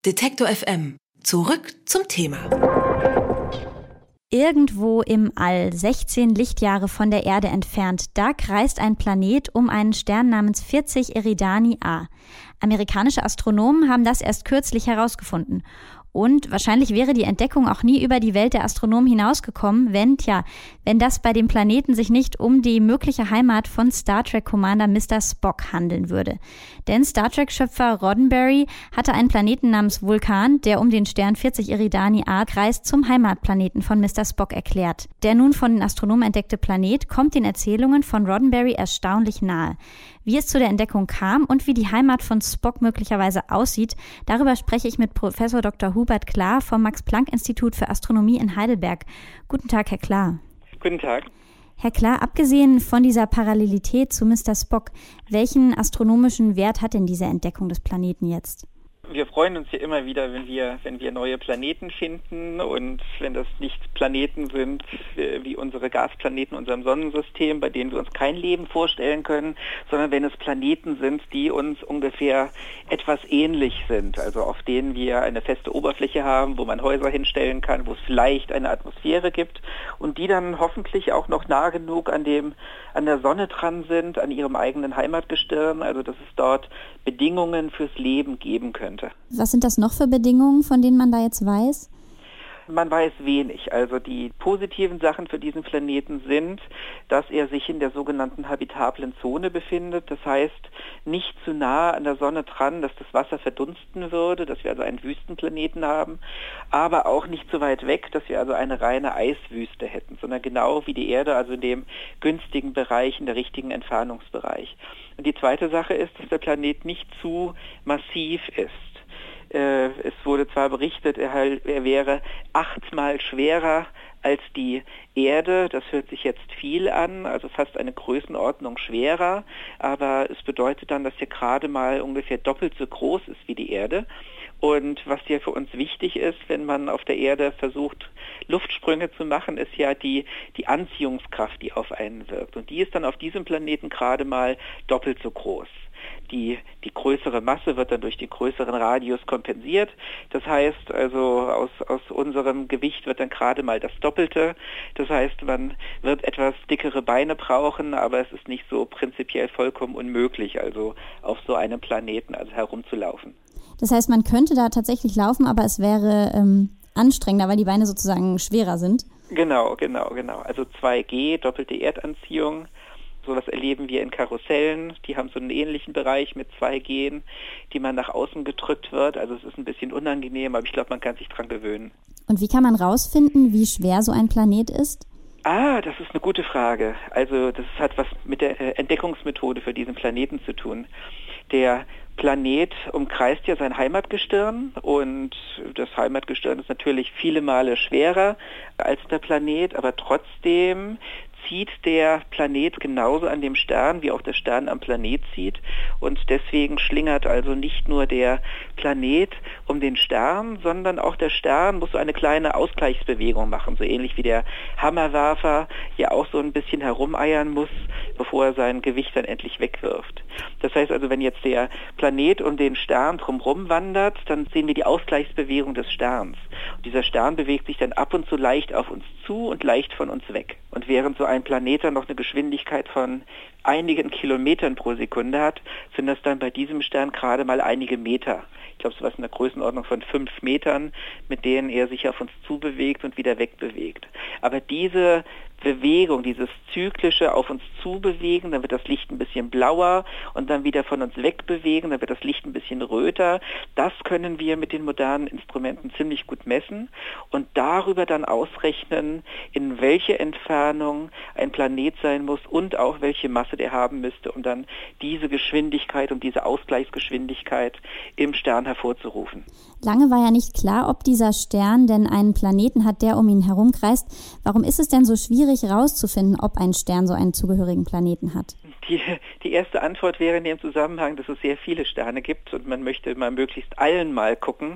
Detektor FM. Zurück zum Thema. Irgendwo im All, 16 Lichtjahre von der Erde entfernt, da kreist ein Planet um einen Stern namens 40 Eridani A. Amerikanische Astronomen haben das erst kürzlich herausgefunden. Und wahrscheinlich wäre die Entdeckung auch nie über die Welt der Astronomen hinausgekommen, wenn das bei dem Planeten sich nicht um die mögliche Heimat von Star Trek Commander Mr. Spock handeln würde. Denn Star Trek-Schöpfer Roddenberry hatte einen Planeten namens Vulkan, der um den Stern 40 Eridani A kreist, zum Heimatplaneten von Mr. Spock erklärt. Der nun von den Astronomen entdeckte Planet kommt den Erzählungen von Roddenberry erstaunlich nahe. Wie es zu der Entdeckung kam und wie die Heimat von Spock möglicherweise aussieht, darüber spreche ich mit Professor Dr. Hubert Klar vom Max-Planck-Institut für Astronomie in Heidelberg. Guten Tag, Herr Klar. Guten Tag. Herr Klar, abgesehen von dieser Parallelität zu Mr. Spock, welchen astronomischen Wert hat denn diese Entdeckung des Planeten jetzt? Wir freuen uns ja immer wieder, wenn wir neue Planeten finden, und wenn das nicht Planeten sind wie unsere Gasplaneten in unserem Sonnensystem, bei denen wir uns kein Leben vorstellen können, sondern wenn es Planeten sind, die uns ungefähr etwas ähnlich sind, also auf denen wir eine feste Oberfläche haben, wo man Häuser hinstellen kann, wo es vielleicht eine Atmosphäre gibt und die dann hoffentlich auch noch nah genug an der Sonne dran sind, an ihrem eigenen Heimatgestirn, also dass es dort Bedingungen fürs Leben geben könnte. Was sind das noch für Bedingungen, von denen man da jetzt weiß? Man weiß wenig. Also die positiven Sachen für diesen Planeten sind, dass er sich in der sogenannten habitablen Zone befindet. Das heißt, nicht zu nah an der Sonne dran, dass das Wasser verdunsten würde, dass wir also einen Wüstenplaneten haben, aber auch nicht so weit weg, dass wir also eine reine Eiswüste hätten, sondern genau wie die Erde, also in dem günstigen Bereich, in der richtigen Entfernungsbereich. Und die zweite Sache ist, dass der Planet nicht zu massiv ist. Es wurde zwar berichtet, er wäre 8-mal schwerer als die Erde. Das hört sich jetzt viel an, also fast eine Größenordnung schwerer. Aber es bedeutet dann, dass er gerade mal ungefähr doppelt so groß ist wie die Erde. Und was ja für uns wichtig ist, wenn man auf der Erde versucht, Luftsprünge zu machen, ist ja die Anziehungskraft, die auf einen wirkt. Und die ist dann auf diesem Planeten gerade mal doppelt so groß. Die größere Masse wird dann durch den größeren Radius kompensiert. Das heißt also, aus unserem Gewicht wird dann gerade mal das Doppelte. Das heißt, man wird etwas dickere Beine brauchen, aber es ist nicht so prinzipiell vollkommen unmöglich, also auf so einem Planeten herumzulaufen. Das heißt, man könnte da tatsächlich laufen, aber es wäre anstrengender, weil die Beine sozusagen schwerer sind? Genau. Also 2G, doppelte Erdanziehung. Sowas erleben wir in Karussellen, die haben so einen ähnlichen Bereich mit 2G, die man nach außen gedrückt wird. Also es ist ein bisschen unangenehm, aber ich glaube, man kann sich dran gewöhnen. Und wie kann man rausfinden, wie schwer so ein Planet ist? Das ist eine gute Frage. Also das hat was mit der Entdeckungsmethode für diesen Planeten zu tun. Der Planet umkreist ja sein Heimatgestirn und das Heimatgestirn ist natürlich viele Male schwerer als der Planet, aber trotzdem zieht der Planet genauso an dem Stern, wie auch der Stern am Planet zieht. Und deswegen schlingert also nicht nur der Planet um den Stern, sondern auch der Stern muss so eine kleine Ausgleichsbewegung machen, so ähnlich wie der Hammerwerfer ja auch so ein bisschen herumeiern muss, bevor er sein Gewicht dann endlich wegwirft. Das heißt also, wenn jetzt der Planet um den Stern drumherum wandert, dann sehen wir die Ausgleichsbewegung des Sterns. Und dieser Stern bewegt sich dann ab und zu leicht auf uns zu und leicht von uns weg. Und während so ein Planet dann noch eine Geschwindigkeit von einigen Kilometern pro Sekunde hat, sind das dann bei diesem Stern gerade mal einige Meter. Ich glaube, so was in der Größenordnung von 5 Metern, mit denen er sich auf uns zubewegt und wieder wegbewegt. Aber diese Bewegung, dieses zyklische auf uns zubewegen, dann wird das Licht ein bisschen blauer und dann wieder von uns wegbewegen, dann wird das Licht ein bisschen röter. Das können wir mit den modernen Instrumenten ziemlich gut messen und darüber dann ausrechnen, in welche Entfernung ein Planet sein muss und auch welche Masse der haben müsste, um dann diese Geschwindigkeit und diese Ausgleichsgeschwindigkeit im Stern hervorzurufen. Lange war ja nicht klar, ob dieser Stern denn einen Planeten hat, der um ihn herumkreist. Warum ist es denn so schwierig herauszufinden, ob ein Stern so einen zugehörigen Planeten hat? Die erste Antwort wäre in dem Zusammenhang, dass es sehr viele Sterne gibt und man möchte mal möglichst allen mal gucken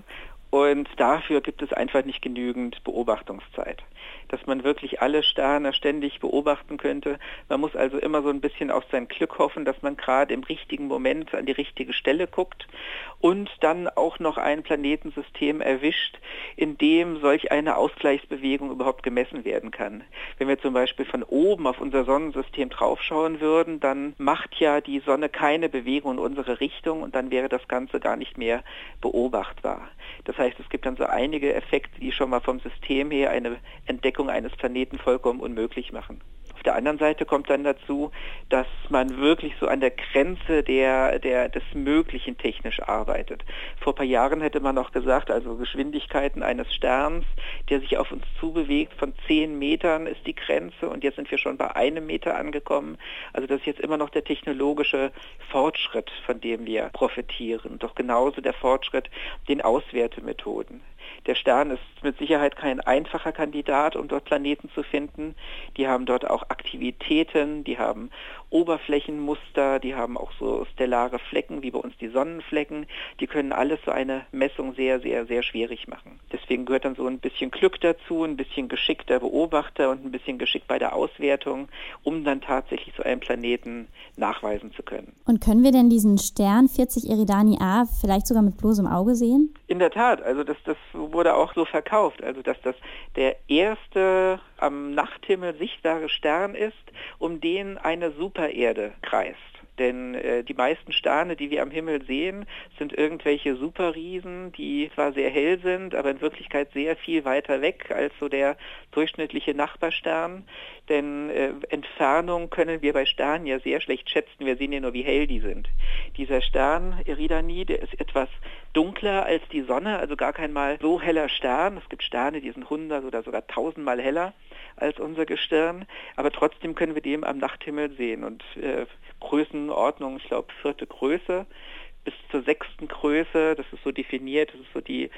Und dafür gibt es einfach nicht genügend Beobachtungszeit, dass man wirklich alle Sterne ständig beobachten könnte. Man muss also immer so ein bisschen auf sein Glück hoffen, dass man gerade im richtigen Moment an die richtige Stelle guckt und dann auch noch ein Planetensystem erwischt, in dem solch eine Ausgleichsbewegung überhaupt gemessen werden kann. Wenn wir zum Beispiel von oben auf unser Sonnensystem draufschauen würden, dann macht ja die Sonne keine Bewegung in unsere Richtung und dann wäre das Ganze gar nicht mehr beobachtbar. Das heißt, es gibt dann so einige Effekte, die schon mal vom System her eine Entdeckung eines Planeten vollkommen unmöglich machen. Auf der anderen Seite kommt dann dazu, dass man wirklich so an der Grenze des Möglichen technisch arbeitet. Vor ein paar Jahren hätte man noch gesagt, also Geschwindigkeiten eines Sterns, der sich auf uns zubewegt, von 10 Metern ist die Grenze und jetzt sind wir schon bei 1 Meter angekommen. Also das ist jetzt immer noch der technologische Fortschritt, von dem wir profitieren. Doch genauso der Fortschritt den Auswertemethoden. Der Stern ist mit Sicherheit kein einfacher Kandidat, um dort Planeten zu finden. Die haben dort auch Aktivitäten, die haben Oberflächenmuster, die haben auch so stellare Flecken, wie bei uns die Sonnenflecken. Die können alles so eine Messung sehr, sehr, sehr schwierig machen. Deswegen gehört dann so ein bisschen Glück dazu, ein bisschen Geschick der Beobachter und ein bisschen Geschick bei der Auswertung, um dann tatsächlich so einen Planeten nachweisen zu können. Und können wir denn diesen Stern 40 Eridani A vielleicht sogar mit bloßem Auge sehen? In der Tat, also das wurde auch so verkauft, also dass das der erste am Nachthimmel sichtbare Stern ist, um den eine Supererde kreist. Denn die meisten Sterne, die wir am Himmel sehen, sind irgendwelche Superriesen, die zwar sehr hell sind, aber in Wirklichkeit sehr viel weiter weg als so der durchschnittliche Nachbarstern. Denn Entfernung können wir bei Sternen ja sehr schlecht schätzen. Wir sehen ja nur, wie hell die sind. Dieser Stern, Eridani, der ist etwas dunkler als die Sonne, also gar kein mal so heller Stern. Es gibt Sterne, die sind 100 oder sogar 1000 Mal heller als unser Gestirn. Aber trotzdem können wir den am Nachthimmel sehen. Und Größenordnung, ich glaube 4. Größe bis zur 6. Größe, das ist so definiert, das ist so die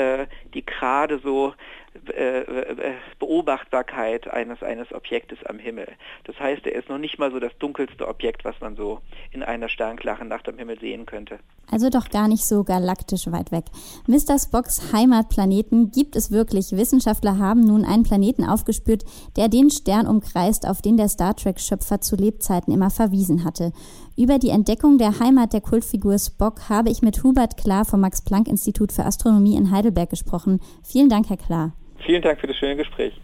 gerade so Beobachtbarkeit eines Objektes am Himmel. Das heißt, er ist noch nicht mal so das dunkelste Objekt, was man so in einer sternklaren Nacht am Himmel sehen könnte. Also doch gar nicht so galaktisch weit weg. Mr. Spocks Heimatplaneten gibt es wirklich. Wissenschaftler haben nun einen Planeten aufgespürt, der den Stern umkreist, auf den der Star Trek-Schöpfer zu Lebzeiten immer verwiesen hatte. Über die Entdeckung der Heimat der Kultfigur Spock habe ich mit Hubert Klar vom Max-Planck-Institut für Astronomie in Heidelberg gesprochen. Vielen Dank, Herr Klar. Vielen Dank für das schöne Gespräch.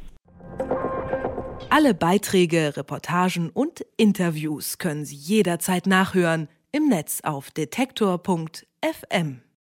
Alle Beiträge, Reportagen und Interviews können Sie jederzeit nachhören im Netz auf detektor.fm.